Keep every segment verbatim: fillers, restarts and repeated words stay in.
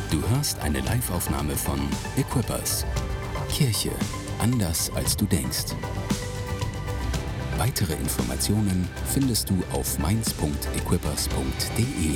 Du hörst eine Live-Aufnahme von Equippers. Kirche anders als du denkst. Weitere Informationen findest du auf mainz punkt equippers punkt de.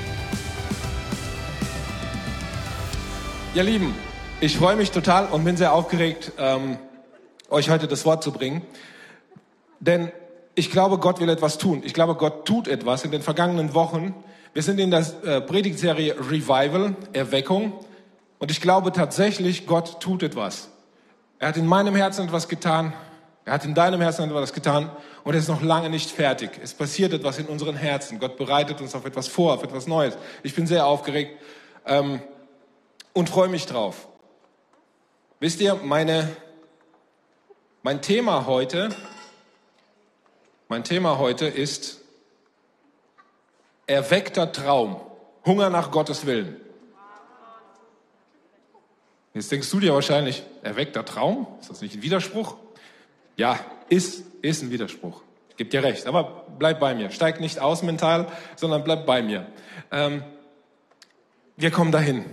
Ihr Lieben, ich freue mich total und bin sehr aufgeregt, ähm, euch heute das Wort zu bringen. Denn ich glaube, Gott will etwas tun. Ich glaube, Gott tut etwas in den vergangenen Wochen. Wir sind in der äh, Predigtserie Revival, Erweckung. Und ich glaube tatsächlich, Gott tut etwas. Er hat in meinem Herzen etwas getan. Er hat in deinem Herzen etwas getan. Und er ist noch lange nicht fertig. Es passiert etwas in unseren Herzen. Gott bereitet uns auf etwas vor, auf etwas Neues. Ich bin sehr aufgeregt ähm, und freue mich drauf. Wisst ihr, meine, mein Thema heute, mein Thema heute ist erweckter Traum, Hunger nach Gottes Willen. Jetzt denkst du dir wahrscheinlich, erweckter Traum? Ist das nicht ein Widerspruch? Ja, ist, ist ein Widerspruch. Gibt dir recht, aber bleib bei mir. Steig nicht aus mental, sondern bleib bei mir. Ähm, wir kommen dahin.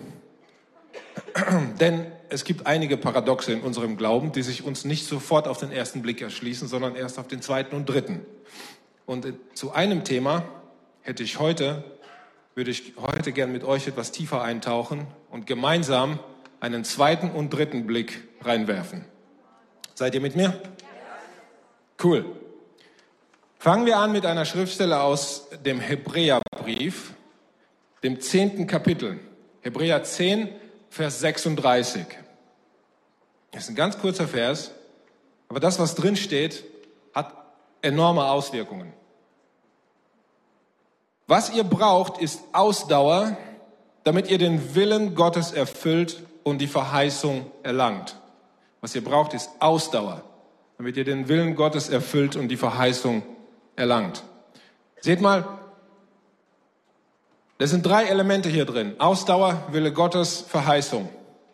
Denn es gibt einige Paradoxe in unserem Glauben, die sich uns nicht sofort auf den ersten Blick erschließen, sondern erst auf den zweiten und dritten. Und zu einem Thema hätte ich heute, würde ich heute gern mit euch etwas tiefer eintauchen und gemeinsam einen zweiten und dritten Blick reinwerfen. Seid ihr mit mir? Cool. Fangen wir an mit einer Schriftstelle aus dem Hebräerbrief, dem zehnten Kapitel. Hebräer zehn, Vers sechsunddreißig. Das ist ein ganz kurzer Vers, aber das, was drin steht, hat enorme Auswirkungen. Was ihr braucht, ist Ausdauer, damit ihr den Willen Gottes erfüllt und die Verheißung erlangt. Was ihr braucht, ist Ausdauer, damit ihr den Willen Gottes erfüllt und die Verheißung erlangt. Seht mal, das sind drei Elemente hier drin. Ausdauer, Wille Gottes, Verheißung.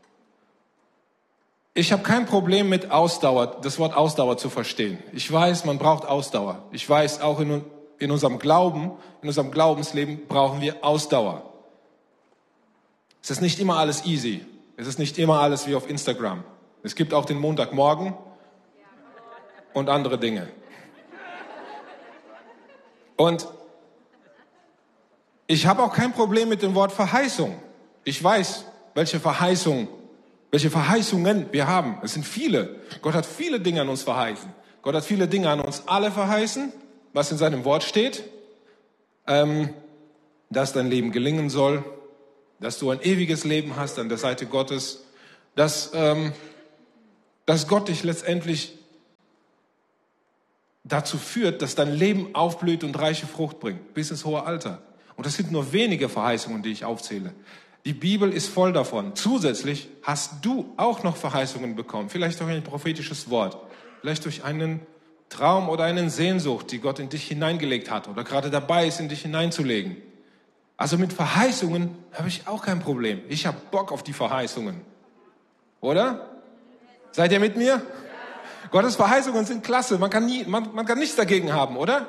Ich habe kein Problem mit Ausdauer, das Wort Ausdauer zu verstehen. Ich weiß, man braucht Ausdauer. Ich weiß, auch in, in unserem Glauben, in unserem Glaubensleben brauchen wir Ausdauer. Es ist nicht immer alles easy. Es ist nicht immer alles wie auf Instagram. Es gibt auch den Montagmorgen und andere Dinge. Und ich habe auch kein Problem mit dem Wort Verheißung. Ich weiß, welche Verheißung, welche Verheißungen wir haben. Es sind viele. Gott hat viele Dinge an uns verheißen. Gott hat viele Dinge an uns alle verheißen, was in seinem Wort steht. Ähm, dass dein Leben gelingen soll, dass du ein ewiges Leben hast an der Seite Gottes, dass, ähm, dass Gott dich letztendlich dazu führt, dass dein Leben aufblüht und reiche Frucht bringt, bis ins hohe Alter. Und das sind nur wenige Verheißungen, die ich aufzähle. Die Bibel ist voll davon. Zusätzlich hast du auch noch Verheißungen bekommen. Vielleicht durch ein prophetisches Wort. Vielleicht durch einen Traum oder eine Sehnsucht, die Gott in dich hineingelegt hat oder gerade dabei ist, in dich hineinzulegen. Also mit Verheißungen habe ich auch kein Problem. Ich habe Bock auf die Verheißungen. Oder? Seid ihr mit mir? Gottes Verheißungen sind klasse. Man kann, nie, man, man kann nichts dagegen haben, oder?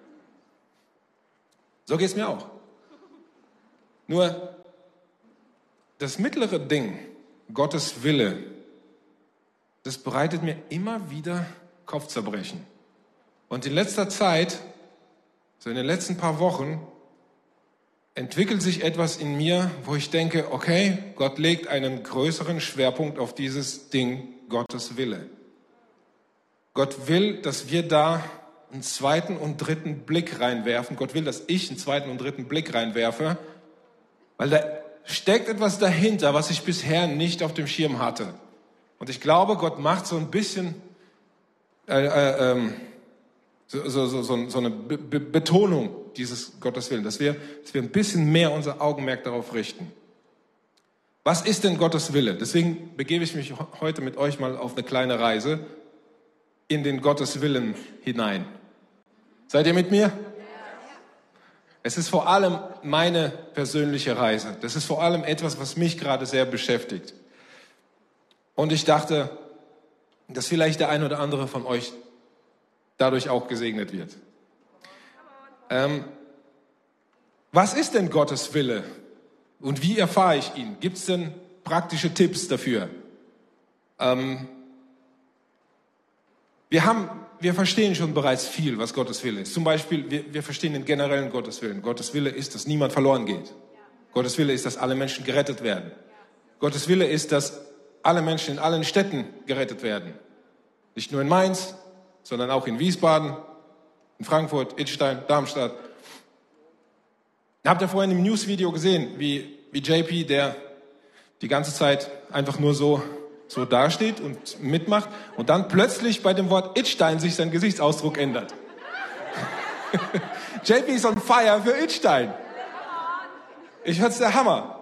So geht es mir auch. Nur das mittlere Ding, Gottes Wille, das bereitet mir immer wieder Kopfzerbrechen. Und in letzter Zeit, so in den letzten paar Wochen, entwickelt sich etwas in mir, wo ich denke, okay, Gott legt einen größeren Schwerpunkt auf dieses Ding, Gottes Wille. Gott will, dass wir da einen zweiten und dritten Blick reinwerfen. Gott will, dass ich einen zweiten und dritten Blick reinwerfe, weil da steckt etwas dahinter, was ich bisher nicht auf dem Schirm hatte. Und ich glaube, Gott macht so ein bisschen äh, äh, ähm, so, so, so, so, so eine Be- Be- Betonung dieses Gottes Willen, dass wir, dass wir ein bisschen mehr unser Augenmerk darauf richten. Was ist denn Gottes Wille? Deswegen begebe ich mich heute mit euch mal auf eine kleine Reise in den Gottes Willen hinein. Seid ihr mit mir? Es ist vor allem meine persönliche Reise. Das ist vor allem etwas, was mich gerade sehr beschäftigt. Und ich dachte, dass vielleicht der ein oder andere von euch dadurch auch gesegnet wird. Ähm, was ist denn Gottes Wille? Und wie erfahre ich ihn? Gibt es denn praktische Tipps dafür? Ähm, wir haben, wir verstehen schon bereits viel, was Gottes Wille ist. Zum Beispiel, wir, wir verstehen den generellen Gottes Willen. Gottes Wille ist, dass niemand verloren geht. Gottes Wille ist, dass alle Menschen gerettet werden. Gottes Wille ist, dass alle Menschen in allen Städten gerettet werden. Nicht nur in Mainz, sondern auch in Wiesbaden, in Frankfurt, Idstein, Darmstadt. Habt ihr vorhin im News-Video gesehen, wie, wie J P, der die ganze Zeit einfach nur so, so dasteht und mitmacht und dann plötzlich bei dem Wort Idstein sich sein Gesichtsausdruck ändert. J P ist on fire für Idstein. Ich fand's der Hammer.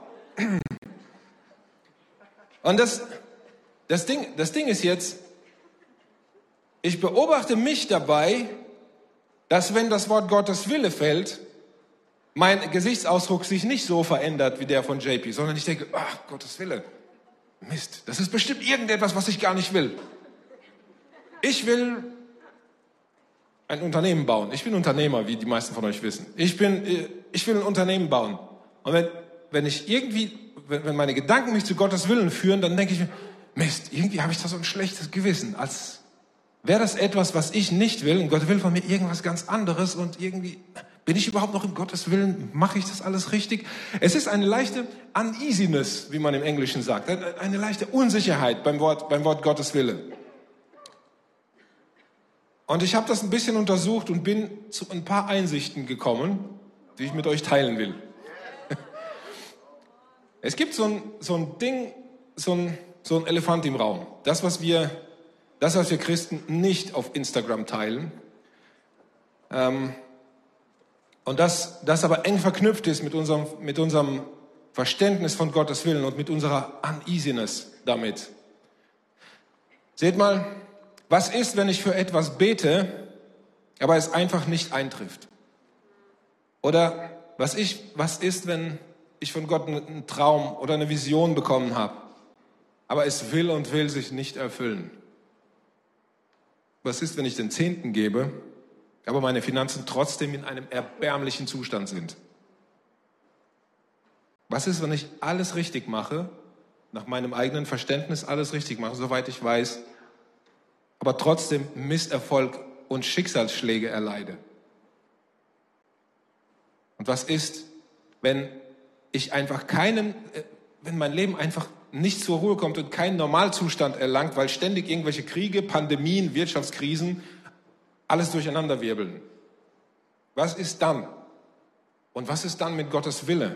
Und das, das Ding, das Ding ist jetzt, ich beobachte mich dabei, dass wenn das Wort Gottes Wille fällt, mein Gesichtsausdruck sich nicht so verändert wie der von J P, sondern ich denke, ach, Gottes Wille, Mist, das ist bestimmt irgendetwas, was ich gar nicht will. Ich will ein Unternehmen bauen. Ich bin Unternehmer, wie die meisten von euch wissen. Ich bin, ich will ein Unternehmen bauen. Und wenn, wenn ich irgendwie, wenn, wenn meine Gedanken mich zu Gottes Willen führen, dann denke ich mir, Mist, irgendwie habe ich da so ein schlechtes Gewissen, als wäre das etwas, was ich nicht will und Gott will von mir irgendwas ganz anderes und irgendwie bin ich überhaupt noch im Gottes Willen? Mache ich das alles richtig? Es ist eine leichte Uneasiness, wie man im Englischen sagt, eine leichte Unsicherheit beim Wort, beim Wort Gottes Wille. Und ich habe das ein bisschen untersucht und bin zu ein paar Einsichten gekommen, die ich mit euch teilen will. Es gibt so ein, so ein Ding, so ein, so ein Elefant im Raum. Das, was wir Das, was wir Christen nicht auf Instagram teilen, ähm, und das, das aber eng verknüpft ist mit unserem, mit unserem Verständnis von Gottes Willen und mit unserer Uneasiness damit. Seht mal, was ist, wenn ich für etwas bete, aber es einfach nicht eintrifft? Oder was, ich, was ist, wenn ich von Gott einen Traum oder eine Vision bekommen habe, aber es will und will sich nicht erfüllen? Was ist, wenn ich den Zehnten gebe, aber meine Finanzen trotzdem in einem erbärmlichen Zustand sind? Was ist, wenn ich alles richtig mache, nach meinem eigenen Verständnis alles richtig mache, soweit ich weiß, aber trotzdem Misserfolg und Schicksalsschläge erleide? Und was ist, wenn ich einfach keinen, wenn mein Leben einfach nicht zur Ruhe kommt und keinen Normalzustand erlangt, weil ständig irgendwelche Kriege, Pandemien, Wirtschaftskrisen alles durcheinander wirbeln? Was ist dann? Und was ist dann mit Gottes Wille?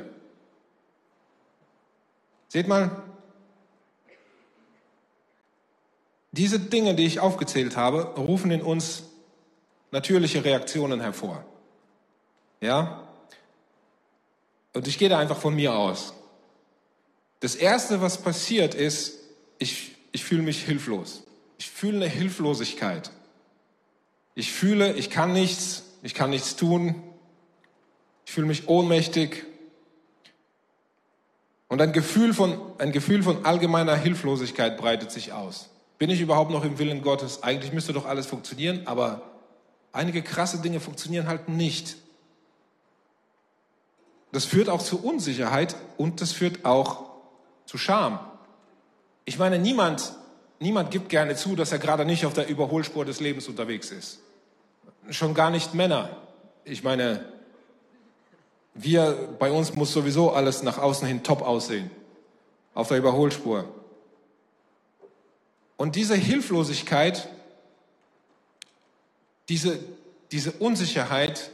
Seht mal, diese Dinge, die ich aufgezählt habe, rufen in uns natürliche Reaktionen hervor. Ja? Und ich gehe da einfach von mir aus. Das Erste, was passiert, ist, ich, ich fühle mich hilflos. Ich fühle eine Hilflosigkeit. Ich fühle, ich kann nichts, ich kann nichts tun. Ich fühle mich ohnmächtig. Und ein Gefühl von, ein Gefühl von allgemeiner Hilflosigkeit breitet sich aus. Bin ich überhaupt noch im Willen Gottes? Eigentlich müsste doch alles funktionieren, aber einige krasse Dinge funktionieren halt nicht. Das führt auch zu Unsicherheit und das führt auch zu Scham. Ich meine, niemand, niemand gibt gerne zu, dass er gerade nicht auf der Überholspur des Lebens unterwegs ist. Schon gar nicht Männer. Ich meine, wir, bei uns muss sowieso alles nach außen hin top aussehen. Auf der Überholspur. Und diese Hilflosigkeit, diese, diese Unsicherheit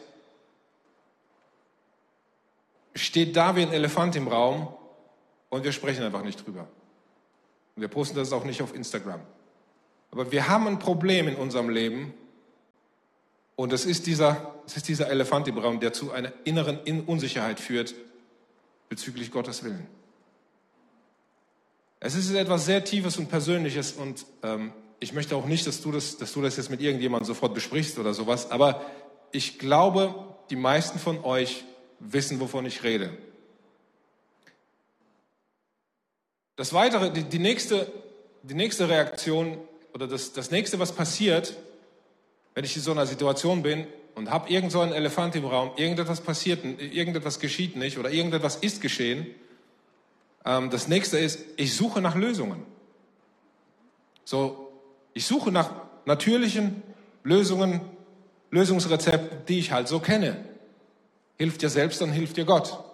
steht da wie ein Elefant im Raum und wir sprechen einfach nicht drüber. Und wir posten das auch nicht auf Instagram. Aber wir haben ein Problem in unserem Leben und es ist dieser, es ist dieser Elefant im Raum, der zu einer inneren Unsicherheit führt bezüglich Gottes Willen. Es ist etwas sehr Tiefes und Persönliches und ähm, ich möchte auch nicht, dass du, das, dass du das jetzt mit irgendjemandem sofort besprichst oder sowas, aber ich glaube, die meisten von euch wissen, wovon ich rede. Das Weitere, die, die, nächste, die nächste Reaktion oder das, das nächste, was passiert, wenn ich in so einer Situation bin und habe irgend so einen Elefant im Raum, irgendetwas passiert, irgendetwas geschieht nicht oder irgendetwas ist geschehen Ähm, das nächste ist, ich suche nach Lösungen. So, ich suche nach natürlichen Lösungen, Lösungsrezepten, die ich halt so kenne. Hilft dir selbst, dann hilft dir Gott.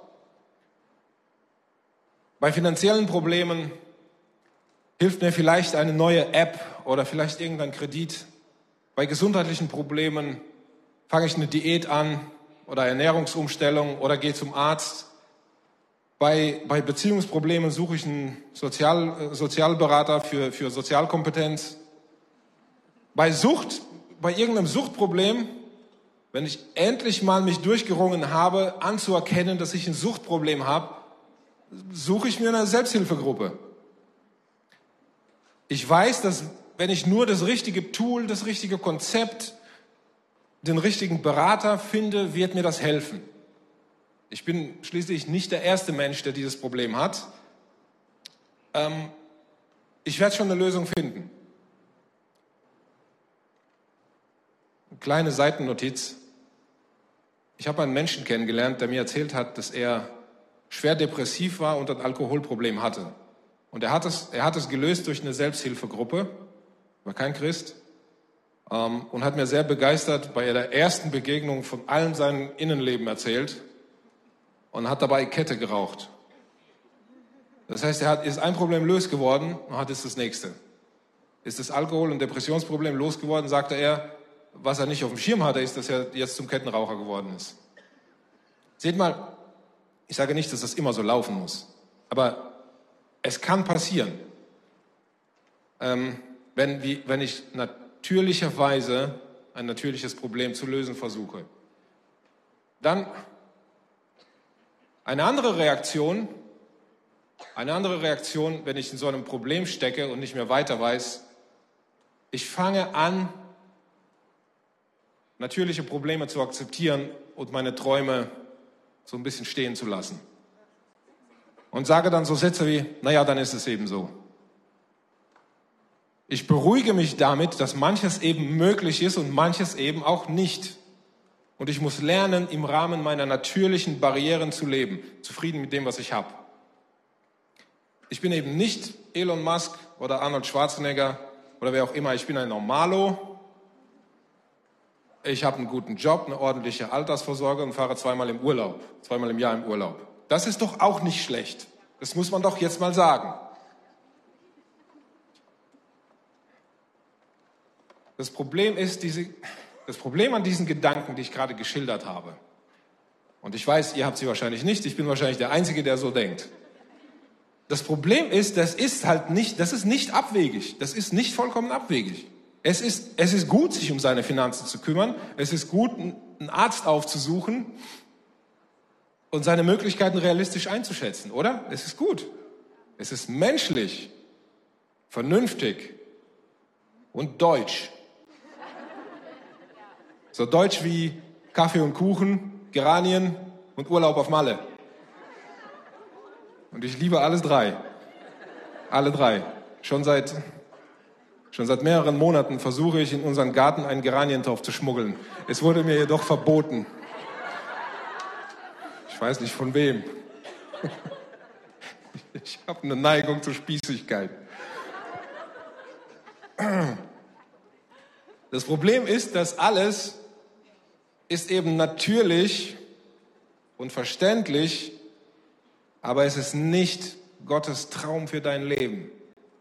Bei finanziellen Problemen hilft mir vielleicht eine neue App oder vielleicht irgendein Kredit. Bei gesundheitlichen Problemen fange ich eine Diät an oder Ernährungsumstellung oder gehe zum Arzt. Bei, bei Beziehungsproblemen suche ich einen Sozial, Sozialberater für, für Sozialkompetenz. Bei Sucht, bei irgendeinem Suchtproblem, wenn ich endlich mal mich durchgerungen habe, anzuerkennen, dass ich ein Suchtproblem habe, suche ich mir eine Selbsthilfegruppe. Ich weiß, dass wenn ich nur das richtige Tool, das richtige Konzept, den richtigen Berater finde, wird mir das helfen. Ich bin schließlich nicht der erste Mensch, der dieses Problem hat. Ähm, ich werde schon eine Lösung finden. Eine kleine Seitennotiz. Ich habe einen Menschen kennengelernt, der mir erzählt hat, dass er schwer depressiv war und ein Alkoholproblem hatte. Und er hat es, er hat es gelöst durch eine Selbsthilfegruppe, war kein Christ, ähm, und hat mir sehr begeistert bei der ersten Begegnung von allem seinem Innenleben erzählt und hat dabei Kette geraucht. Das heißt, er hat, ist ein Problem losgeworden und hat jetzt das nächste. Ist das Alkohol- und Depressionsproblem losgeworden, sagte er. Was er nicht auf dem Schirm hatte, ist, dass er jetzt zum Kettenraucher geworden ist. Seht mal, ich sage nicht, dass das immer so laufen muss, aber es kann passieren, ähm, wenn, wie, wenn ich natürlicherweise ein natürliches Problem zu lösen versuche. Dann eine andere Reaktion, eine andere Reaktion, wenn ich in so einem Problem stecke und nicht mehr weiter weiß, ich fange an, natürliche Probleme zu akzeptieren und meine Träume so ein bisschen stehen zu lassen. Und sage dann so Sätze wie, naja, dann ist es eben so. Ich beruhige mich damit, dass manches eben möglich ist und manches eben auch nicht. Und ich muss lernen, im Rahmen meiner natürlichen Barrieren zu leben, zufrieden mit dem, was ich habe. Ich bin eben nicht Elon Musk oder Arnold Schwarzenegger oder wer auch immer. Ich bin ein Normalo. Ich habe einen guten Job, eine ordentliche Altersvorsorge und fahre zweimal im Urlaub, zweimal im Jahr im Urlaub. Das ist doch auch nicht schlecht. Das muss man doch jetzt mal sagen. Das Problem ist, diese, das Problem an diesen Gedanken, die ich gerade geschildert habe, und ich weiß, ihr habt sie wahrscheinlich nicht, ich bin wahrscheinlich der Einzige, der so denkt. Das Problem ist, das ist halt nicht, das ist nicht abwegig, das ist nicht vollkommen abwegig. Es ist, es ist gut, sich um seine Finanzen zu kümmern. Es ist gut, einen Arzt aufzusuchen und seine Möglichkeiten realistisch einzuschätzen, oder? Es ist gut. Es ist menschlich, vernünftig und deutsch. So deutsch wie Kaffee und Kuchen, Geranien und Urlaub auf Malle. Und ich liebe alles drei. Alle drei. Schon seit... Schon seit mehreren Monaten versuche ich, in unseren Garten einen Geranientopf zu schmuggeln. Es wurde mir jedoch verboten. Ich weiß nicht von wem. Ich habe eine Neigung zur Spießigkeit. Das Problem ist, dass alles ist eben natürlich und verständlich, aber es ist nicht Gottes Traum für dein Leben.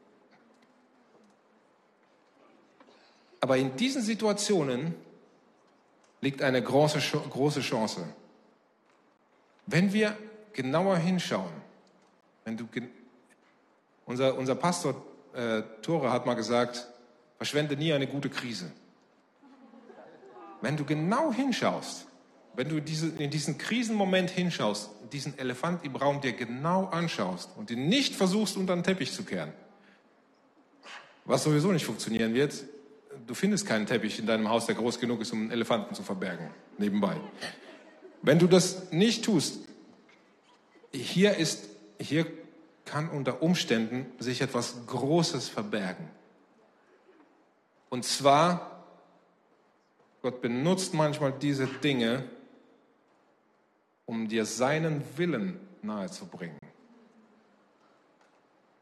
Aber in diesen Situationen liegt eine große, große Chance. Wenn wir genauer hinschauen, wenn du, unser, unser Pastor äh, Tore hat mal gesagt, verschwende nie eine gute Krise. Wenn du genau hinschaust, wenn du diese, in diesen Krisenmoment hinschaust, diesen Elefant im Raum dir genau anschaust und ihn nicht versuchst, unter den Teppich zu kehren, was sowieso nicht funktionieren wird, du findest keinen Teppich in deinem Haus, der groß genug ist, um einen Elefanten zu verbergen, nebenbei. Wenn du das nicht tust, hier ist, hier kann unter Umständen sich etwas Großes verbergen. Und zwar, Gott benutzt manchmal diese Dinge, um dir seinen Willen nahezubringen.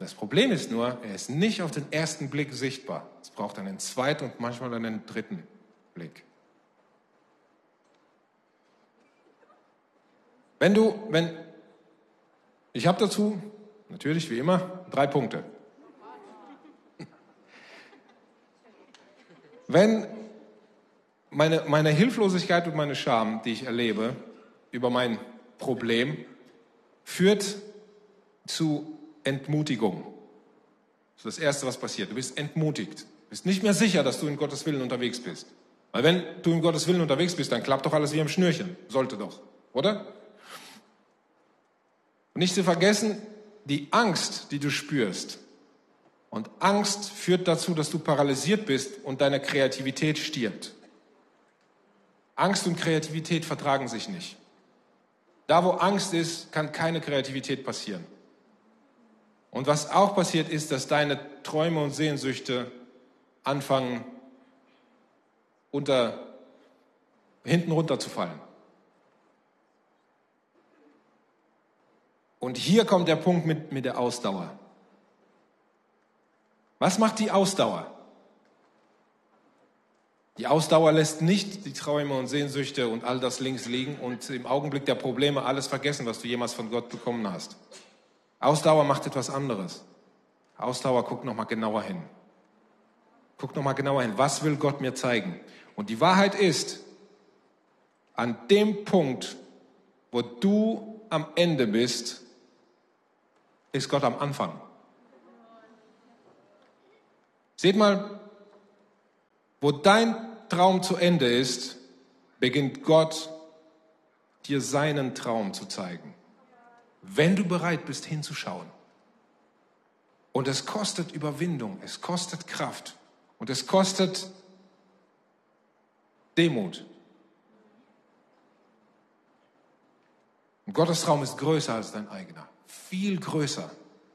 Das Problem ist nur, er ist nicht auf den ersten Blick sichtbar. Es braucht einen zweiten und manchmal einen dritten Blick. Wenn du, wenn, ich habe dazu, natürlich wie immer, drei Punkte. Wenn meine, meine Hilflosigkeit und meine Scham, die ich erlebe, über mein Problem, führt zu Entmutigung. Das ist das Erste, was passiert. Du bist entmutigt. Du bist nicht mehr sicher, dass du in Gottes Willen unterwegs bist. Weil wenn du in Gottes Willen unterwegs bist, dann klappt doch alles wie am Schnürchen. Sollte doch, oder? Und nicht zu vergessen, die Angst, die du spürst. Und Angst führt dazu, dass du paralysiert bist und deine Kreativität stirbt. Angst und Kreativität vertragen sich nicht. Da, wo Angst ist, kann keine Kreativität passieren. Und was auch passiert ist, dass deine Träume und Sehnsüchte anfangen, unter, hinten runterzufallen. Und hier kommt der Punkt mit, mit der Ausdauer. Was macht die Ausdauer? Die Ausdauer lässt nicht die Träume und Sehnsüchte und all das links liegen und im Augenblick der Probleme alles vergessen, was du jemals von Gott bekommen hast. Ausdauer macht etwas anderes. Ausdauer guckt nochmal genauer hin. Guckt nochmal genauer hin. Was will Gott mir zeigen? Und die Wahrheit ist, an dem Punkt, wo du am Ende bist, ist Gott am Anfang. Seht mal, wo dein Traum zu Ende ist, beginnt Gott, dir seinen Traum zu zeigen. Wenn du bereit bist, hinzuschauen. Und es kostet Überwindung, es kostet Kraft und es kostet Demut. Und Gottes Traum ist größer als dein eigener, viel größer.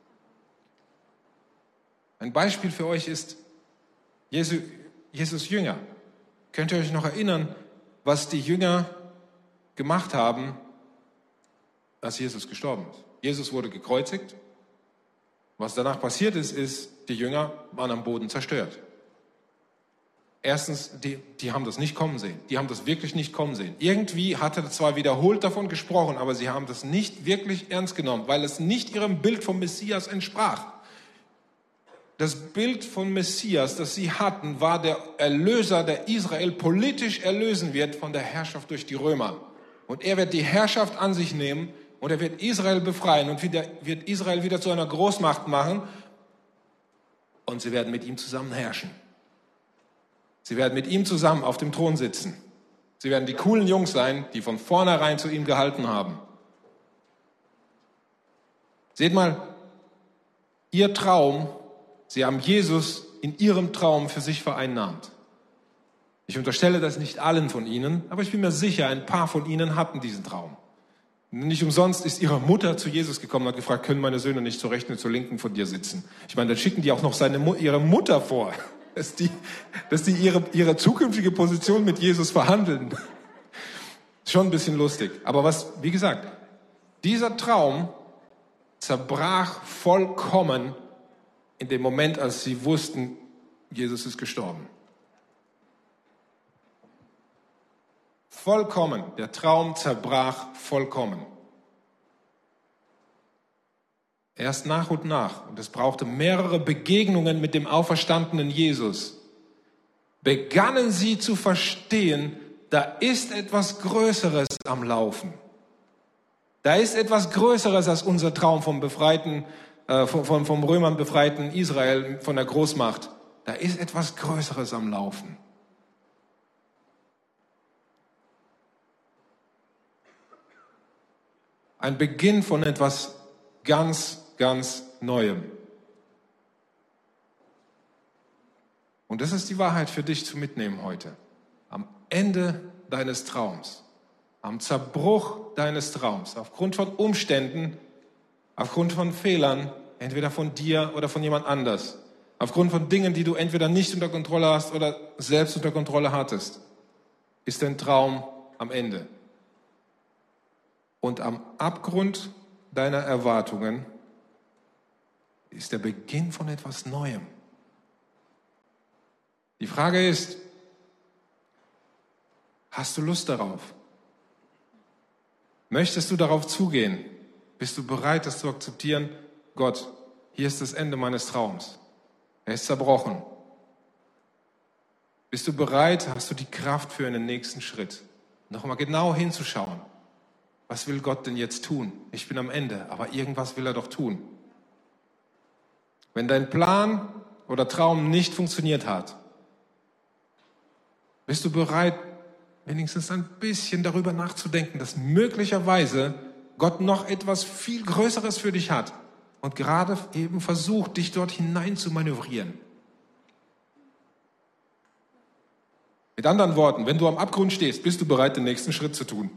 Ein Beispiel für euch ist Jesu, Jesus Jünger. Könnt ihr euch noch erinnern, was die Jünger gemacht haben, als Jesus gestorben ist? Jesus wurde gekreuzigt. Was danach passiert ist, ist, die Jünger waren am Boden zerstört. Erstens, die, die haben das nicht kommen sehen. Die haben das wirklich nicht kommen sehen. Irgendwie hat er zwar wiederholt davon gesprochen, aber sie haben das nicht wirklich ernst genommen, weil es nicht ihrem Bild vom Messias entsprach. Das Bild von Messias, das sie hatten, war der Erlöser, der Israel politisch erlösen wird von der Herrschaft durch die Römer. Und er wird die Herrschaft an sich nehmen und er wird Israel befreien und wieder, wird Israel wieder zu einer Großmacht machen und sie werden mit ihm zusammen herrschen. Sie werden mit ihm zusammen auf dem Thron sitzen. Sie werden die coolen Jungs sein, die von vornherein zu ihm gehalten haben. Seht mal, ihr Traum, sie haben Jesus in ihrem Traum für sich vereinnahmt. Ich unterstelle das nicht allen von ihnen, aber ich bin mir sicher, ein paar von ihnen hatten diesen Traum. Nicht umsonst ist ihre Mutter zu Jesus gekommen und hat gefragt, können meine Söhne nicht zur Rechten und zur Linken von dir sitzen? Ich meine, dann schicken die auch noch seine, ihre Mutter vor, dass die, dass die ihre, ihre zukünftige Position mit Jesus verhandeln. Schon ein bisschen lustig. Aber was, wie gesagt, dieser Traum zerbrach vollkommen in dem Moment, als sie wussten, Jesus ist gestorben. Vollkommen. Der Traum zerbrach vollkommen. Erst nach und nach, und es brauchte mehrere Begegnungen mit dem auferstandenen Jesus, begannen sie zu verstehen, da ist etwas Größeres am Laufen. Da ist etwas Größeres als unser Traum vom befreiten, äh, vom, vom, vom Römern befreiten Israel, von der Großmacht. Da ist etwas Größeres am Laufen. Ein Beginn von etwas ganz, ganz Neuem. Und das ist die Wahrheit für dich zu mitnehmen heute. Am Ende deines Traums, am Zerbruch deines Traums, aufgrund von Umständen, aufgrund von Fehlern, entweder von dir oder von jemand anders, aufgrund von Dingen, die du entweder nicht unter Kontrolle hast oder selbst unter Kontrolle hattest, ist dein Traum am Ende. Und am Abgrund deiner Erwartungen ist der Beginn von etwas Neuem. Die Frage ist, hast du Lust darauf? Möchtest du darauf zugehen? Bist du bereit, das zu akzeptieren? Gott, hier ist das Ende meines Traums. Er ist zerbrochen. Bist du bereit? Hast du die Kraft für einen nächsten Schritt? Nochmal genau hinzuschauen. Was will Gott denn jetzt tun? Ich bin am Ende, aber irgendwas will er doch tun. Wenn dein Plan oder Traum nicht funktioniert hat, bist du bereit, wenigstens ein bisschen darüber nachzudenken, dass möglicherweise Gott noch etwas viel Größeres für dich hat und gerade eben versucht, dich dort hinein zu manövrieren. Mit anderen Worten, wenn du am Abgrund stehst, bist du bereit, den nächsten Schritt zu tun.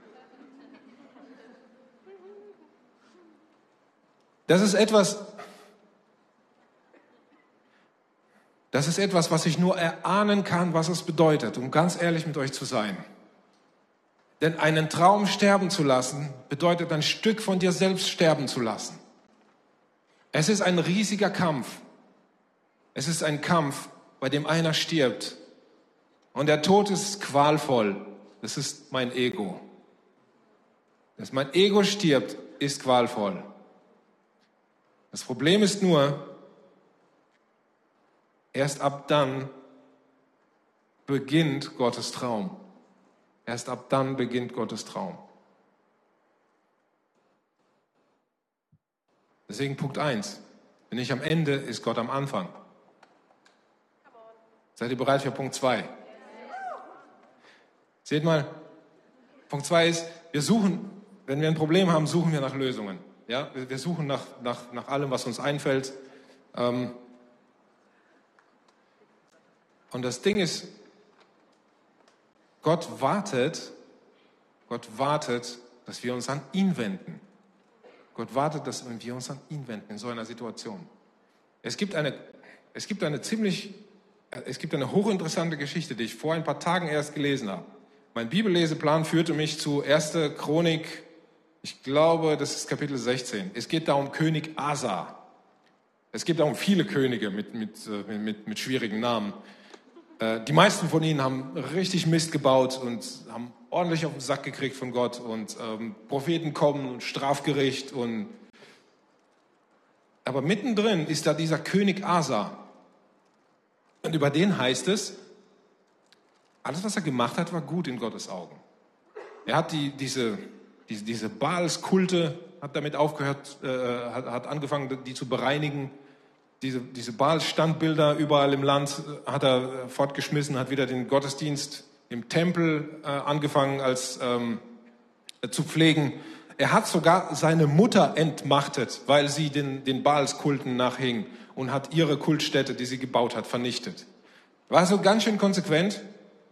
Das ist etwas, das ist etwas, was ich nur erahnen kann, was es bedeutet, um ganz ehrlich mit euch zu sein. Denn einen Traum sterben zu lassen, bedeutet ein Stück von dir selbst sterben zu lassen. Es ist ein riesiger Kampf. Es ist ein Kampf, bei dem einer stirbt. Und der Tod ist qualvoll. Das ist mein Ego. Dass mein Ego stirbt, ist qualvoll. Das Problem ist nur, erst ab dann beginnt Gottes Traum. Erst ab dann beginnt Gottes Traum. Deswegen Punkt eins. Wenn nicht am Ende, ist Gott am Anfang. Seid ihr bereit für Punkt zwei? Seht mal, Punkt zwei ist, wir suchen, wenn wir ein Problem haben, suchen wir nach Lösungen. Ja? Wir suchen nach, nach, nach allem, was uns einfällt. Ähm, und das Ding ist, Gott wartet, Gott wartet, dass wir uns an ihn wenden. Gott wartet, dass wir uns an ihn wenden in so einer Situation. Es gibt eine, es gibt eine ziemlich, es gibt eine hochinteressante Geschichte, die ich vor ein paar Tagen erst gelesen habe. Mein Bibelleseplan führte mich zu erster Chronik, ich glaube, das ist Kapitel sechzehn. Es geht da um König Asa. Es gibt auch viele Könige mit, mit, mit, mit schwierigen Namen. Die meisten von ihnen haben richtig Mist gebaut und haben ordentlich auf den Sack gekriegt von Gott und ähm, Propheten kommen und Strafgericht und aber mittendrin ist da dieser König Asa und über den heißt es, alles was er gemacht hat, war gut in Gottes Augen. Er hat die, diese, diese, diese Baals-Kulte, hat damit aufgehört, äh, hat, hat angefangen, die zu bereinigen. Diese, diese Baals-Standbilder überall im Land hat er fortgeschmissen, hat wieder den Gottesdienst im Tempel äh, angefangen als ähm, äh, zu pflegen. Er hat sogar seine Mutter entmachtet, weil sie den, den Baals-Kulten nachhing und hat ihre Kultstätte, die sie gebaut hat, vernichtet. War so ganz schön konsequent.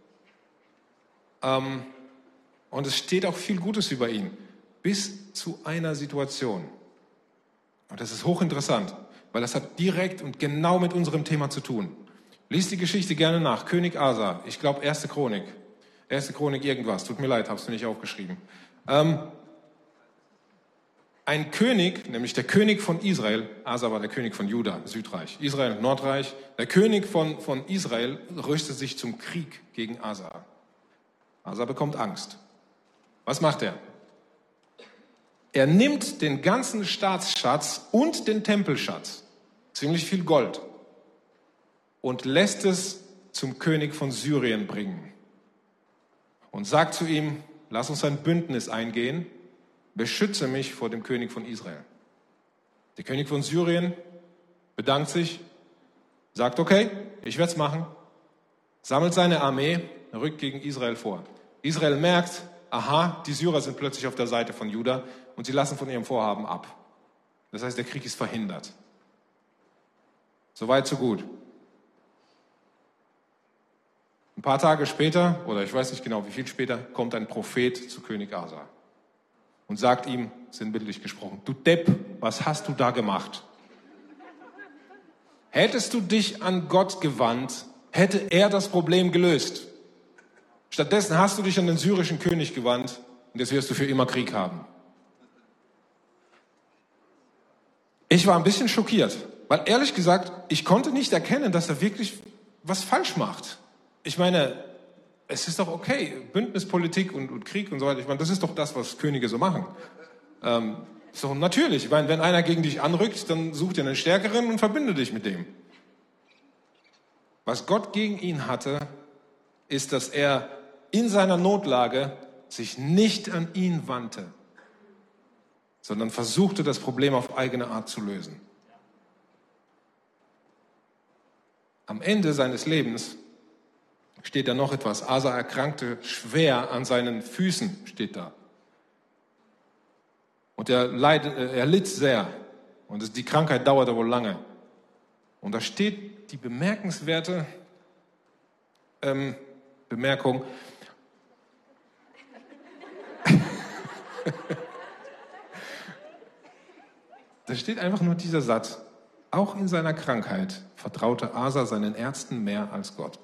Ähm, und es steht auch viel Gutes über ihn. Bis zu einer Situation. Und das ist hochinteressant. Weil das hat direkt und genau mit unserem Thema zu tun. Lies die Geschichte gerne nach. König Asa, ich glaube erste Chronik. Erste Chronik irgendwas, tut mir leid, habe es mir nicht aufgeschrieben. Ähm, ein König, nämlich der König von Israel, Asa war der König von Juda, Südreich, Israel, Nordreich. Der König von, von Israel rüstet sich zum Krieg gegen Asa. Asa bekommt Angst. Was macht er? Er nimmt den ganzen Staatsschatz und den Tempelschatz, ziemlich viel Gold, und lässt es zum König von Syrien bringen. Und sagt zu ihm, lass uns ein Bündnis eingehen, beschütze mich vor dem König von Israel. Der König von Syrien bedankt sich, sagt, okay, ich werde es machen, sammelt seine Armee, rückt gegen Israel vor. Israel merkt, aha, die Syrer sind plötzlich auf der Seite von Juda und sie lassen von ihrem Vorhaben ab. Das heißt, der Krieg ist verhindert. Soweit, so gut. Ein paar Tage später, oder ich weiß nicht genau wie viel später, kommt ein Prophet zu König Asa und sagt ihm, sinnbildlich gesprochen, du Depp, was hast du da gemacht? Hättest du dich an Gott gewandt, hätte er das Problem gelöst. Stattdessen hast du dich an den syrischen König gewandt und jetzt wirst du für immer Krieg haben. Ich war ein bisschen schockiert, weil ehrlich gesagt, ich konnte nicht erkennen, dass er wirklich was falsch macht. Ich meine, es ist doch okay, Bündnispolitik und, und Krieg und so weiter, ich meine, das ist doch das, was Könige so machen. Ähm, ist doch natürlich, ich meine, wenn einer gegen dich anrückt, dann such dir einen Stärkeren und verbinde dich mit dem. Was Gott gegen ihn hatte, ist, dass er in seiner Notlage sich nicht an ihn wandte, sondern versuchte, das Problem auf eigene Art zu lösen. Am Ende seines Lebens steht da noch etwas. Asa erkrankte schwer an seinen Füßen, steht da. Und er, leid, er litt sehr. Und die Krankheit dauerte wohl lange. Und da steht die bemerkenswerte ähm, Bemerkung, da steht einfach nur dieser Satz. Auch in seiner Krankheit vertraute Asa seinen Ärzten mehr als Gott.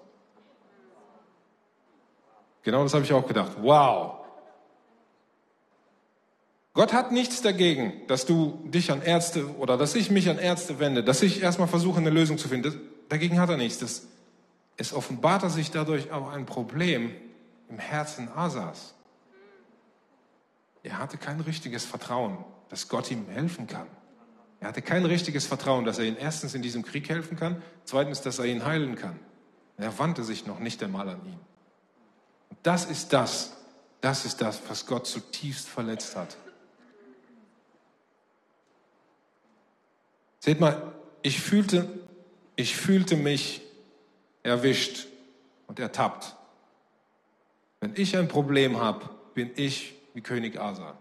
Genau das habe ich auch gedacht. Wow! Gott hat nichts dagegen, dass du dich an Ärzte oder dass ich mich an Ärzte wende, dass ich erstmal versuche, eine Lösung zu finden. Dagegen hat er nichts. Das, es offenbarte sich dadurch aber ein Problem im Herzen Asas. Er hatte kein richtiges Vertrauen, dass Gott ihm helfen kann. Er hatte kein richtiges Vertrauen, dass er ihn erstens in diesem Krieg helfen kann, zweitens, dass er ihn heilen kann. Er wandte sich noch nicht einmal an ihn. Und das ist das, das ist das, was Gott zutiefst verletzt hat. Seht mal, ich fühlte, ich fühlte mich erwischt und ertappt. Wenn ich ein Problem habe, bin ich wie König Asa.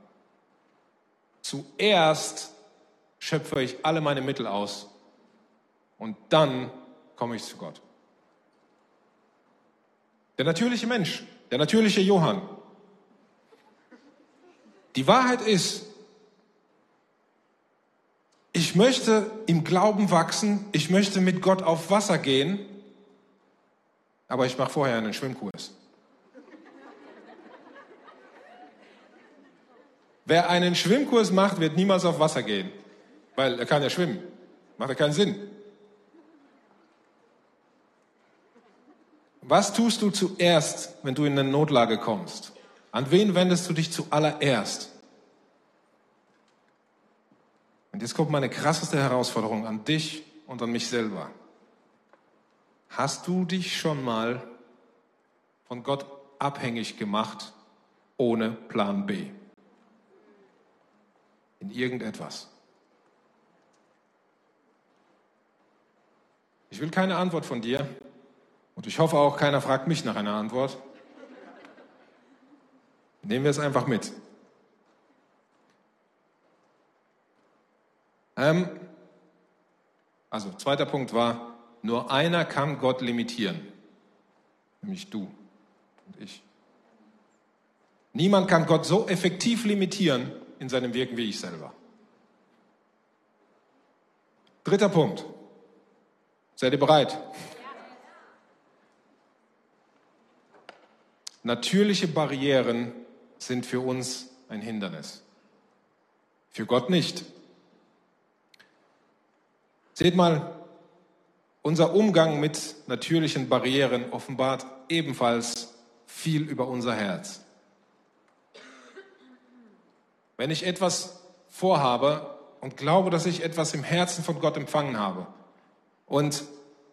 Zuerst schöpfe ich alle meine Mittel aus und dann komme ich zu Gott. Der natürliche Mensch, der natürliche Johann. Die Wahrheit ist, ich möchte im Glauben wachsen, ich möchte mit Gott auf Wasser gehen, aber ich mache vorher einen Schwimmkurs. Wer einen Schwimmkurs macht, wird niemals auf Wasser gehen, weil er kann ja schwimmen. Macht ja keinen Sinn. Was tust du zuerst, wenn du in eine Notlage kommst? An wen wendest du dich zuallererst? Und jetzt kommt meine krasseste Herausforderung an dich und an mich selber. Hast du dich schon mal von Gott abhängig gemacht, ohne Plan B? In irgendetwas. Ich will keine Antwort von dir und ich hoffe auch, keiner fragt mich nach einer Antwort. Nehmen wir es einfach mit. Ähm, also, zweiter Punkt war, nur einer kann Gott limitieren, nämlich du und ich. Niemand kann Gott so effektiv limitieren in seinem Wirken wie ich selber. Dritter Punkt. Seid ihr bereit? Natürliche Barrieren sind für uns ein Hindernis. Für Gott nicht. Seht mal, unser Umgang mit natürlichen Barrieren offenbart ebenfalls viel über unser Herz. Wenn ich etwas vorhabe und glaube, dass ich etwas im Herzen von Gott empfangen habe und,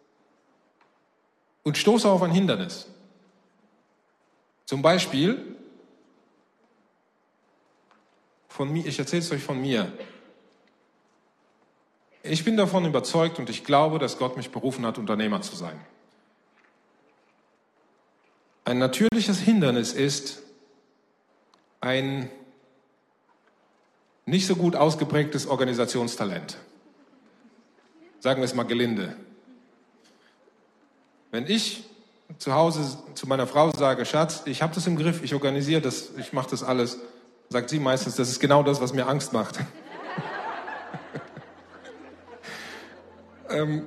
und stoße auf ein Hindernis, zum Beispiel, von mir, ich erzähle es euch von mir. Ich bin davon überzeugt und ich glaube, dass Gott mich berufen hat, Unternehmer zu sein. Ein natürliches Hindernis ist ein nicht so gut ausgeprägtes Organisationstalent. Sagen wir es mal gelinde. Wenn ich zu Hause zu meiner Frau sage, Schatz, ich habe das im Griff, ich organisiere das, ich mache das alles, sagt sie meistens, das ist genau das, was mir Angst macht. ähm,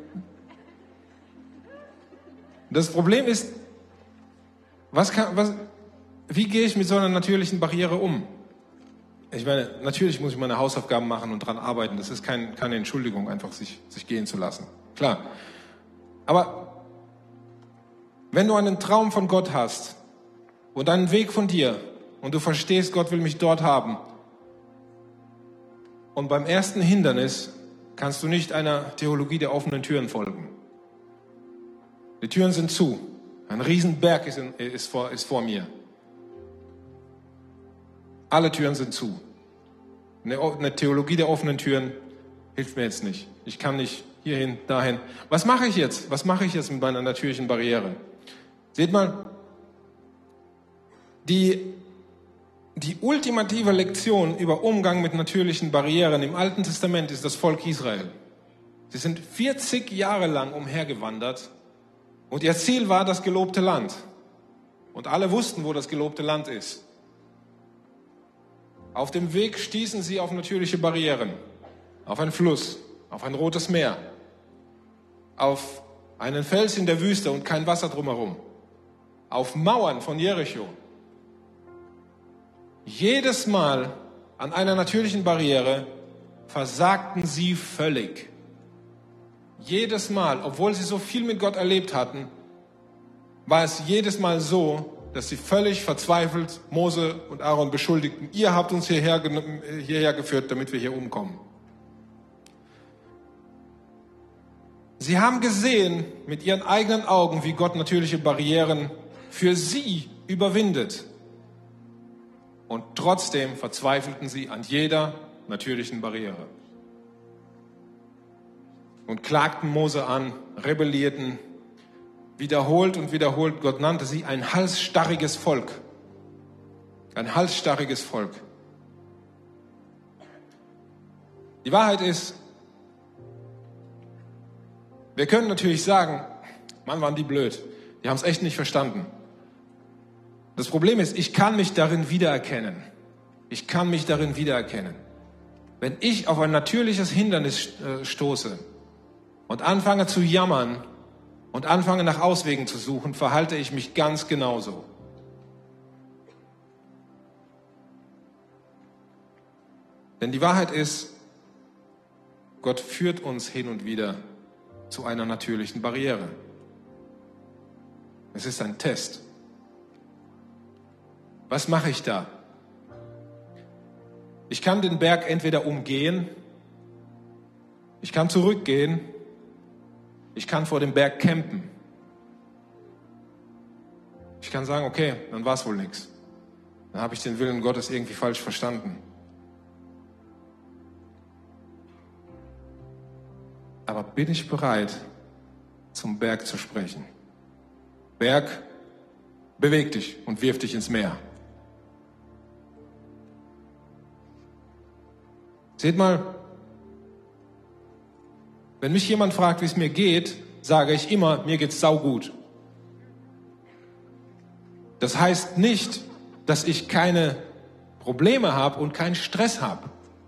das Problem ist, was kann, was, wie gehe ich mit so einer natürlichen Barriere um? ich meine, natürlich muss ich meine Hausaufgaben machen und dran arbeiten. Das ist kein, keine Entschuldigung, einfach sich, sich gehen zu lassen. Klar. Aber wenn du einen Traum von Gott hast und einen Weg von dir und du verstehst, Gott will mich dort haben, und beim ersten Hindernis kannst du nicht einer Theologie der offenen Türen folgen. Die Türen sind zu. Ein Riesenberg ist, in, ist, vor, ist vor mir. Alle Türen sind zu. Eine, eine Theologie der offenen Türen hilft mir jetzt nicht. Ich kann nicht hierhin, dahin. Was mache ich jetzt? Was mache ich jetzt mit meiner natürlichen Barriere? Seht mal, die, die ultimative Lektion über Umgang mit natürlichen Barrieren im Alten Testament ist das Volk Israel. Sie sind vierzig Jahre lang umhergewandert und ihr Ziel war das gelobte Land. Und alle wussten, wo das gelobte Land ist. Auf dem Weg stießen sie auf natürliche Barrieren, auf einen Fluss, auf ein rotes Meer, auf einen Fels in der Wüste und kein Wasser drumherum, auf Mauern von Jericho. Jedes Mal an einer natürlichen Barriere versagten sie völlig. Jedes Mal, obwohl sie so viel mit Gott erlebt hatten, war es jedes Mal so, dass sie völlig verzweifelt Mose und Aaron beschuldigten, ihr habt uns hierher, hierher geführt, damit wir hier umkommen. Sie haben gesehen mit ihren eigenen Augen, wie Gott natürliche Barrieren für sie überwindet. Und trotzdem verzweifelten sie an jeder natürlichen Barriere. Und klagten Mose an, rebellierten, wiederholt und wiederholt. Gott nannte sie ein halsstarriges Volk. Ein halsstarriges Volk. Die Wahrheit ist, wir können natürlich sagen, Mann, waren die blöd. Die haben es echt nicht verstanden. Das Problem ist, ich kann mich darin wiedererkennen. Ich kann mich darin wiedererkennen. Wenn ich auf ein natürliches Hindernis stoße und anfange zu jammern und anfange nach Auswegen zu suchen, verhalte ich mich ganz genauso. Denn die Wahrheit ist, Gott führt uns hin und wieder zu einer natürlichen Barriere. Es ist ein Test. Was mache ich da? Ich kann den Berg entweder umgehen, ich kann zurückgehen, ich kann vor dem Berg campen. Ich kann sagen, okay, dann war es wohl nichts. Dann habe ich den Willen Gottes irgendwie falsch verstanden. Aber bin ich bereit, zum Berg zu sprechen? Berg, beweg dich und wirf dich ins Meer. Seht mal, wenn mich jemand fragt, wie es mir geht, sage ich immer, mir geht's saugut. Das heißt nicht, dass ich keine Probleme habe und keinen Stress habe.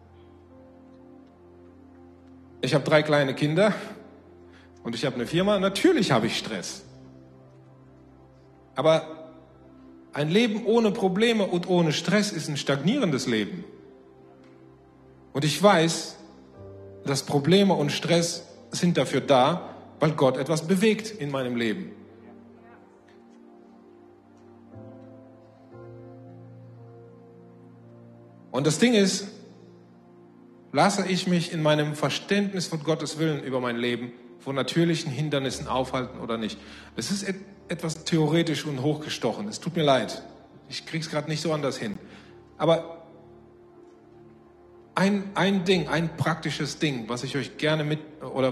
Ich habe drei kleine Kinder und ich habe eine Firma. Natürlich habe ich Stress. Aber ein Leben ohne Probleme und ohne Stress ist ein stagnierendes Leben. Und ich weiß, dass Probleme und Stress sind dafür da, weil Gott etwas bewegt in meinem Leben. Und das Ding ist, lasse ich mich in meinem Verständnis von Gottes Willen über mein Leben von natürlichen Hindernissen aufhalten oder nicht? Das ist et- etwas theoretisch und hochgestochen. Es tut mir leid. Ich krieg's gerade nicht so anders hin. Aber ein, ein Ding, ein praktisches Ding, was ich euch gerne mit, oder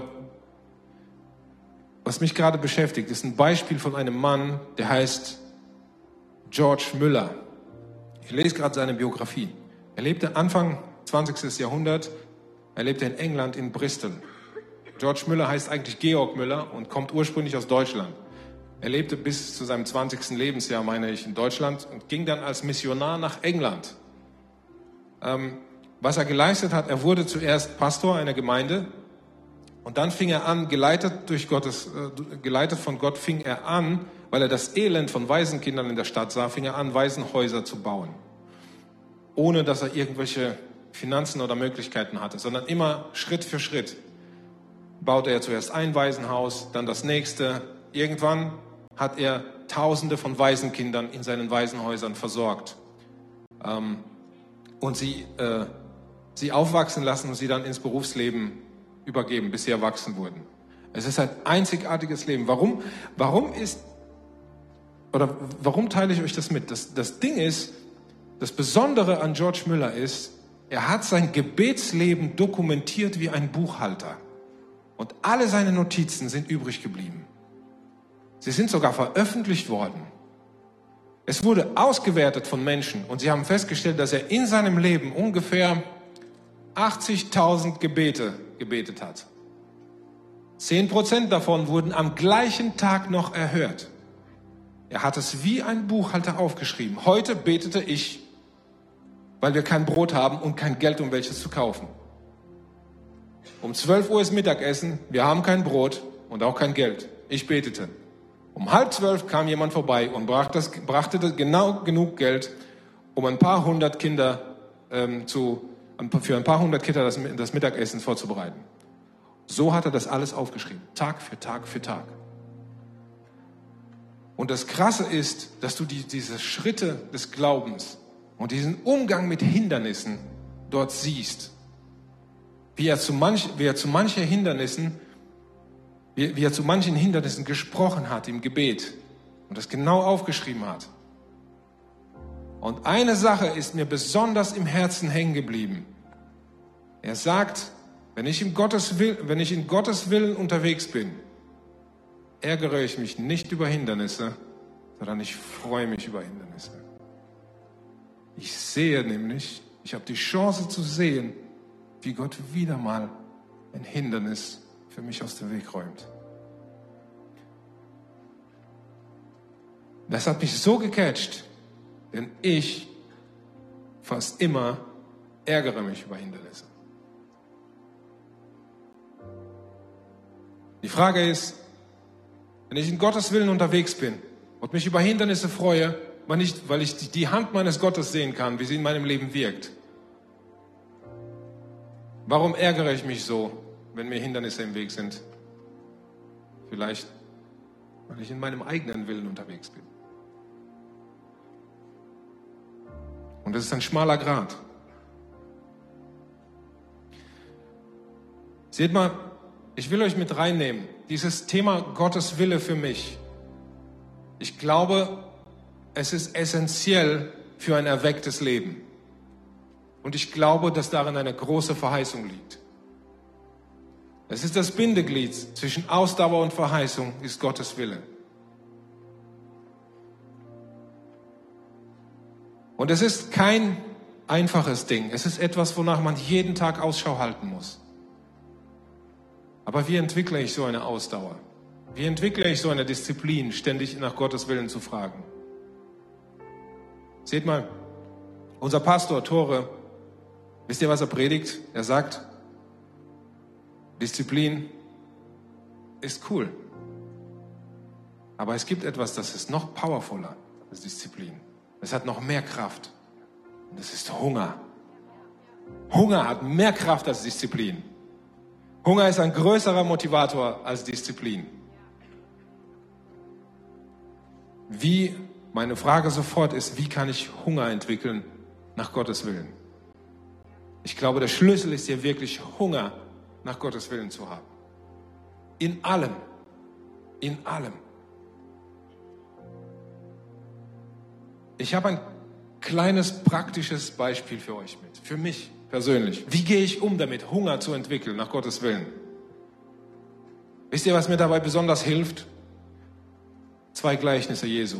was mich gerade beschäftigt, ist ein Beispiel von einem Mann, der heißt George Müller. Ich lese gerade seine Biografie. Er lebte Anfang zwanzigsten Jahrhundert, er lebte in England, in Bristol. George Müller heißt eigentlich Georg Müller und kommt ursprünglich aus Deutschland. Er lebte bis zu seinem zwanzigsten Lebensjahr, meine ich, in Deutschland und ging dann als Missionar nach England. Ähm, was er geleistet hat, er wurde zuerst Pastor einer Gemeinde und dann fing er an, geleitet durch Gottes, äh, geleitet von Gott, fing er an, weil er das Elend von Waisenkindern in der Stadt sah, fing er an, Waisenhäuser zu bauen. ohne dass er irgendwelche Finanzen oder Möglichkeiten hatte, sondern immer Schritt für Schritt baute er zuerst ein Waisenhaus, dann das nächste. Irgendwann hat er Tausende von Waisenkindern in seinen Waisenhäusern versorgt ähm, und sie, äh, sie aufwachsen lassen und sie dann ins Berufsleben übergeben, bis sie erwachsen wurden. Es ist ein einzigartiges Leben. Warum, warum ist, oder warum teile ich euch das mit? Das, das Ding ist, das Besondere an George Müller ist, er hat sein Gebetsleben dokumentiert wie ein Buchhalter. Und alle seine Notizen sind übrig geblieben. Sie sind sogar veröffentlicht worden. Es wurde ausgewertet von Menschen und sie haben festgestellt, dass er in seinem Leben ungefähr achtzigtausend Gebete gebetet hat. Zehn Prozent davon wurden am gleichen Tag noch erhört. Er hat es wie ein Buchhalter aufgeschrieben. Heute betete ich, weil wir kein Brot haben und kein Geld, um welches zu kaufen. Um zwölf Uhr ist Mittagessen, wir haben kein Brot und auch kein Geld. Ich betete. Um halb zwölf kam jemand vorbei und brachte, das, brachte das genau genug Geld, um ein paar hundert Kinder ähm, zu, für ein paar hundert Kinder das, das Mittagessen vorzubereiten. So hat er das alles aufgeschrieben, Tag für Tag für Tag. Und das Krasse ist, dass du die, diese Schritte des Glaubens und diesen Umgang mit Hindernissen dort siehst. Wie er zu, manch, wie er zu manchen Hindernissen, wie, wie er zu manchen Hindernissen gesprochen hat im Gebet und das genau aufgeschrieben hat. Und eine Sache ist mir besonders im Herzen hängen geblieben. Er sagt, wenn ich, im Gottes Will, wenn ich in Gottes Willen unterwegs bin, ärgere ich mich nicht über Hindernisse, sondern ich freue mich über Hindernisse. Ich sehe nämlich, ich habe die Chance zu sehen, wie Gott wieder mal ein Hindernis für mich aus dem Weg räumt. Das hat mich so gecatcht, denn ich fast immer ärgere mich über Hindernisse. Die Frage ist, wenn ich in Gottes Willen unterwegs bin und mich über Hindernisse freue, weil ich, weil ich die Hand meines Gottes sehen kann, wie sie in meinem Leben wirkt, warum ärgere ich mich so, wenn mir Hindernisse im Weg sind? Vielleicht, weil ich in meinem eigenen Willen unterwegs bin. Und das ist ein schmaler Grat. Seht mal, ich will euch mit reinnehmen, dieses Thema Gottes Wille für mich. Ich glaube, es ist essentiell für ein erwecktes Leben. Und ich glaube, dass darin eine große Verheißung liegt. Es ist das Bindeglied zwischen Ausdauer und Verheißung, ist Gottes Wille. Und es ist kein einfaches Ding. Es ist etwas, wonach man jeden Tag Ausschau halten muss. Aber wie entwickle ich so eine Ausdauer? Wie entwickle ich so eine Disziplin, ständig nach Gottes Willen zu fragen? Seht mal, unser Pastor Tore, wisst ihr, was er predigt? Er sagt, Disziplin ist cool. Aber es gibt etwas, das ist noch powervoller als Disziplin. Es hat noch mehr Kraft. Und das ist Hunger. Hunger hat mehr Kraft als Disziplin. Hunger ist ein größerer Motivator als Disziplin. Wie, meine Frage sofort ist, wie kann ich Hunger entwickeln nach Gottes Willen? Ich glaube, der Schlüssel ist hier wirklich Hunger nach Gottes Willen zu haben. In allem. In allem. Ich habe ein kleines praktisches Beispiel für euch mit. Für mich persönlich. Wie gehe ich um damit, Hunger zu entwickeln nach Gottes Willen? Wisst ihr, was mir dabei besonders hilft? Zwei Gleichnisse Jesu.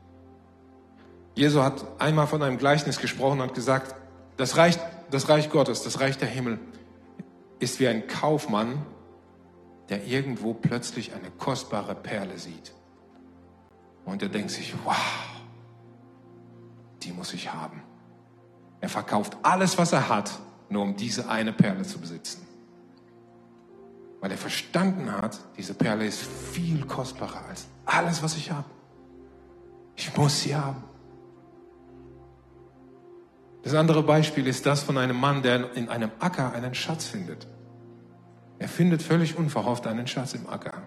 Jesu hat einmal von einem Gleichnis gesprochen und hat gesagt, das Reich, das Reich Gottes, das Reich der Himmel ist wie ein Kaufmann, der irgendwo plötzlich eine kostbare Perle sieht. Und er denkt sich, wow, die muss ich haben. Er verkauft alles, was er hat, nur um diese eine Perle zu besitzen. Weil er verstanden hat, diese Perle ist viel kostbarer als alles, was ich habe. Ich muss sie haben. Das andere Beispiel ist das von einem Mann, der in einem Acker einen Schatz findet. Er findet völlig unverhofft einen Schatz im Acker.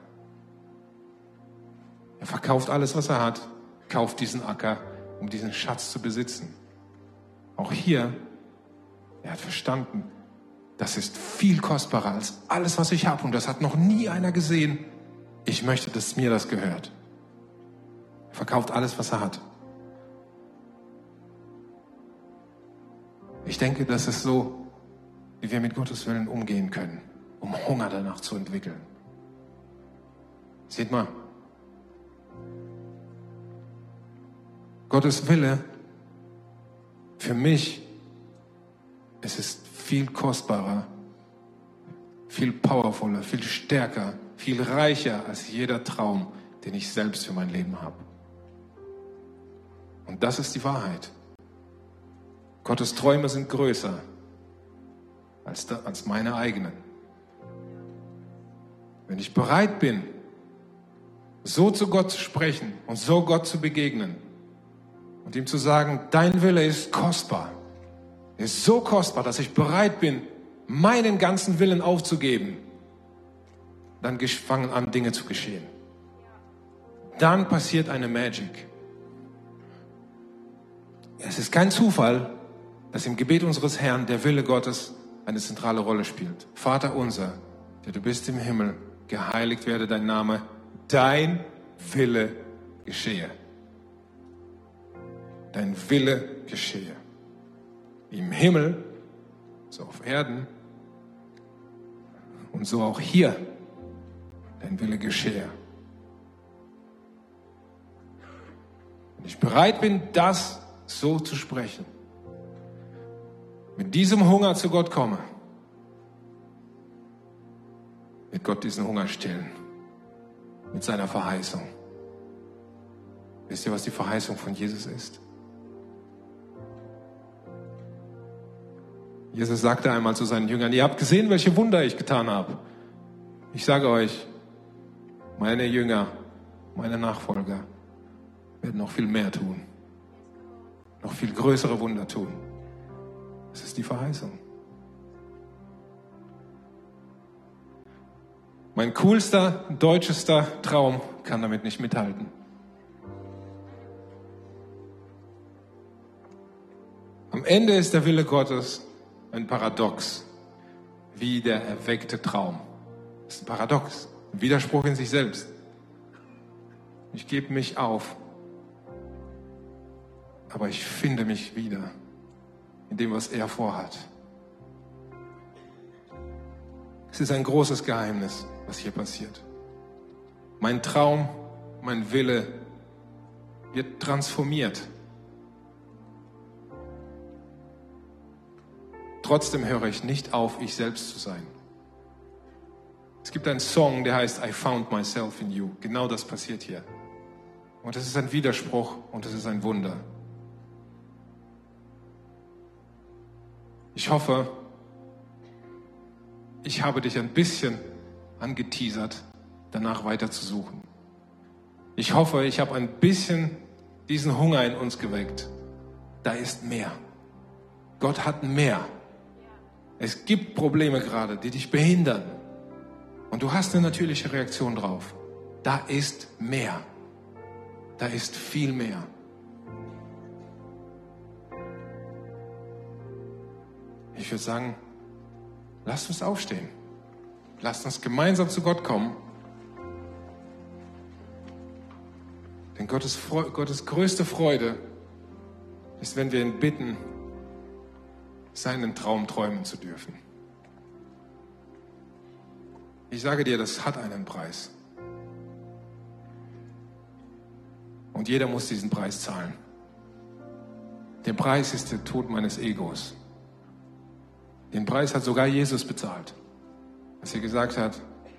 Er verkauft alles, was er hat, kauft diesen Acker, um diesen Schatz zu besitzen. Auch hier, er hat verstanden, das ist viel kostbarer als alles, was ich habe. Und das hat noch nie einer gesehen. Ich möchte, dass mir das gehört. Er verkauft alles, was er hat. Ich denke, das ist so, wie wir mit Gottes Willen umgehen können, um Hunger danach zu entwickeln. Seht mal, Gottes Wille, für mich, es ist viel kostbarer, viel powervoller, viel stärker, viel reicher als jeder Traum, den ich selbst für mein Leben habe. Und das ist die Wahrheit. Gottes Träume sind größer als, da, als meine eigenen. Wenn ich bereit bin, so zu Gott zu sprechen und so Gott zu begegnen und ihm zu sagen, dein Wille ist kostbar, ist so kostbar, dass ich bereit bin, meinen ganzen Willen aufzugeben, dann fangen an, Dinge zu geschehen. Dann passiert eine Magic. Es ist kein Zufall, dass im Gebet unseres Herrn der Wille Gottes eine zentrale Rolle spielt. Vater unser, der du bist im Himmel, geheiligt werde dein Name, dein Wille geschehe. Dein Wille geschehe. Wie im Himmel, so auf Erden und so auch hier. Dein Wille geschehe. Wenn ich bereit bin, das so zu sprechen, mit diesem Hunger zu Gott komme, wird Gott diesen Hunger stillen. Mit seiner Verheißung. Wisst ihr, was die Verheißung von Jesus ist? Jesus sagte einmal zu seinen Jüngern, ihr habt gesehen, welche Wunder ich getan habe. Ich sage euch, meine Jünger, meine Nachfolger werden noch viel mehr tun. Noch viel größere Wunder tun. Das ist die Verheißung. Mein coolster, deutschester Traum kann damit nicht mithalten. Am Ende ist der Wille Gottes ein Paradox, wie der erweckte Traum. Das ist ein Paradox, ein Widerspruch in sich selbst. Ich gebe mich auf, aber ich finde mich wieder in dem, was er vorhat. Es ist ein großes Geheimnis, was hier passiert. Mein Traum, mein Wille wird transformiert. Trotzdem höre ich nicht auf, ich selbst zu sein. Es gibt einen Song, der heißt I Found Myself in You. Genau das passiert hier. Und es ist ein Widerspruch und es ist ein Wunder. Ich hoffe, ich habe dich ein bisschen angeteasert, danach weiter zu suchen. Ich hoffe, ich habe ein bisschen diesen Hunger in uns geweckt. Da ist mehr. Gott hat mehr. Es gibt Probleme gerade, die dich behindern. Und du hast eine natürliche Reaktion drauf. Da ist mehr. Da ist viel mehr. Ich würde sagen, lasst uns aufstehen. Lasst uns gemeinsam zu Gott kommen. Denn Gottes, Freude, Gottes größte Freude ist, wenn wir ihn bitten, seinen Traum träumen zu dürfen. Ich sage dir, das hat einen Preis. Und jeder muss diesen Preis zahlen. Der Preis ist der Tod meines Egos. Den Preis hat sogar Jesus bezahlt, als er gesagt hat,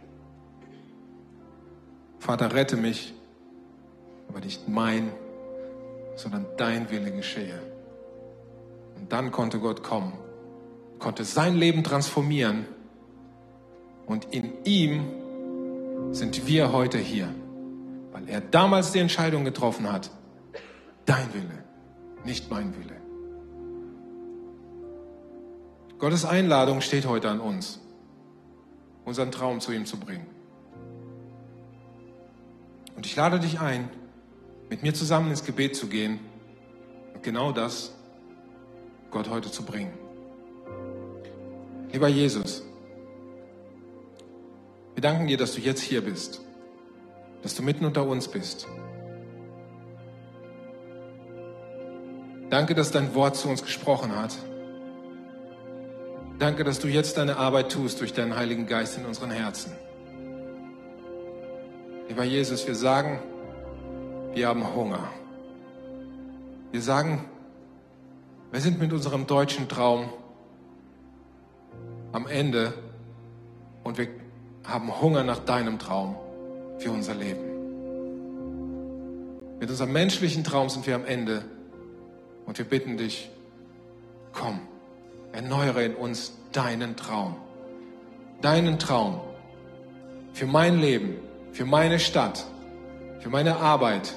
Vater, rette mich, aber nicht mein, sondern dein Wille geschehe. Und dann konnte Gott kommen, konnte sein Leben transformieren und in ihm sind wir heute hier, weil er damals die Entscheidung getroffen hat, dein Wille, nicht mein Wille. Gottes Einladung steht heute an uns, unseren Traum zu ihm zu bringen. Und ich lade dich ein, mit mir zusammen ins Gebet zu gehen und genau das Gott heute zu bringen. Lieber Jesus, wir danken dir, dass du jetzt hier bist, dass du mitten unter uns bist. Danke, dass dein Wort zu uns gesprochen hat. Danke, dass du jetzt deine Arbeit tust durch deinen Heiligen Geist in unseren Herzen. Lieber Jesus, wir sagen, wir haben Hunger. Wir sagen, wir sind mit unserem deutschen Traum am Ende und wir haben Hunger nach deinem Traum für unser Leben. Mit unserem menschlichen Traum sind wir am Ende und wir bitten dich, komm, erneuere in uns deinen Traum. Deinen Traum für mein Leben, für meine Stadt, für meine Arbeit,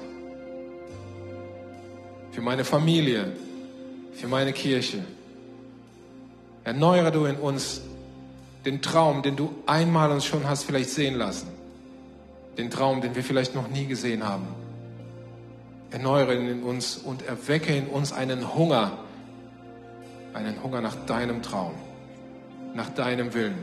für meine Familie, für meine Kirche. Erneuere du in uns den Traum, den du einmal uns schon hast vielleicht sehen lassen. Den Traum, den wir vielleicht noch nie gesehen haben. Erneuere ihn in uns und erwecke in uns einen Hunger, einen Hunger nach deinem Traum, nach deinem Willen.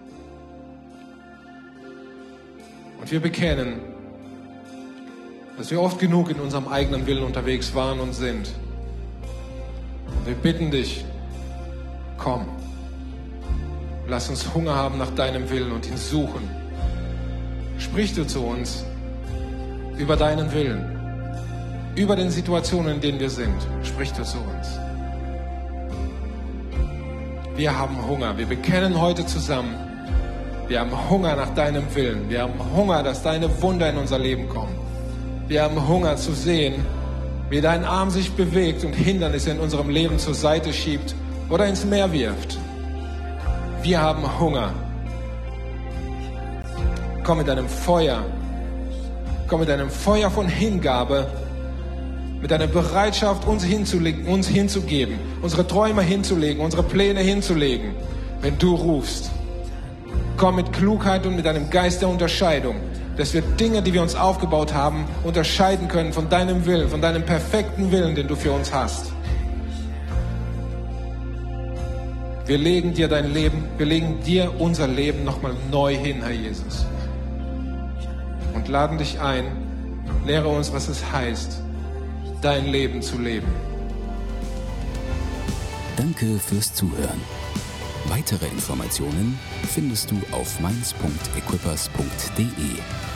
Und wir bekennen, dass wir oft genug in unserem eigenen Willen unterwegs waren und sind. Und wir bitten dich, komm, lass uns Hunger haben nach deinem Willen und ihn suchen. Sprich du zu uns über deinen Willen, über den Situationen, in denen wir sind. Sprich du zu uns. Wir haben Hunger. Wir bekennen heute zusammen, wir haben Hunger nach deinem Willen. Wir haben Hunger, dass deine Wunder in unser Leben kommen. Wir haben Hunger zu sehen, wie dein Arm sich bewegt und Hindernisse in unserem Leben zur Seite schiebt oder ins Meer wirft. Wir haben Hunger. Komm mit deinem Feuer. Komm mit deinem Feuer von Hingabe, mit deiner Bereitschaft, uns hinzulegen, uns hinzugeben, unsere Träume hinzulegen, unsere Pläne hinzulegen, wenn du rufst. Komm mit Klugheit und mit einem Geist der Unterscheidung, dass wir Dinge, die wir uns aufgebaut haben, unterscheiden können von deinem Willen, von deinem perfekten Willen, den du für uns hast. Wir legen dir dein Leben, wir legen dir unser Leben nochmal neu hin, Herr Jesus. Und laden dich ein, lehre uns, was es heißt, dein Leben zu leben. Danke fürs Zuhören. Weitere Informationen findest du auf mainz punkt equippers punkt de.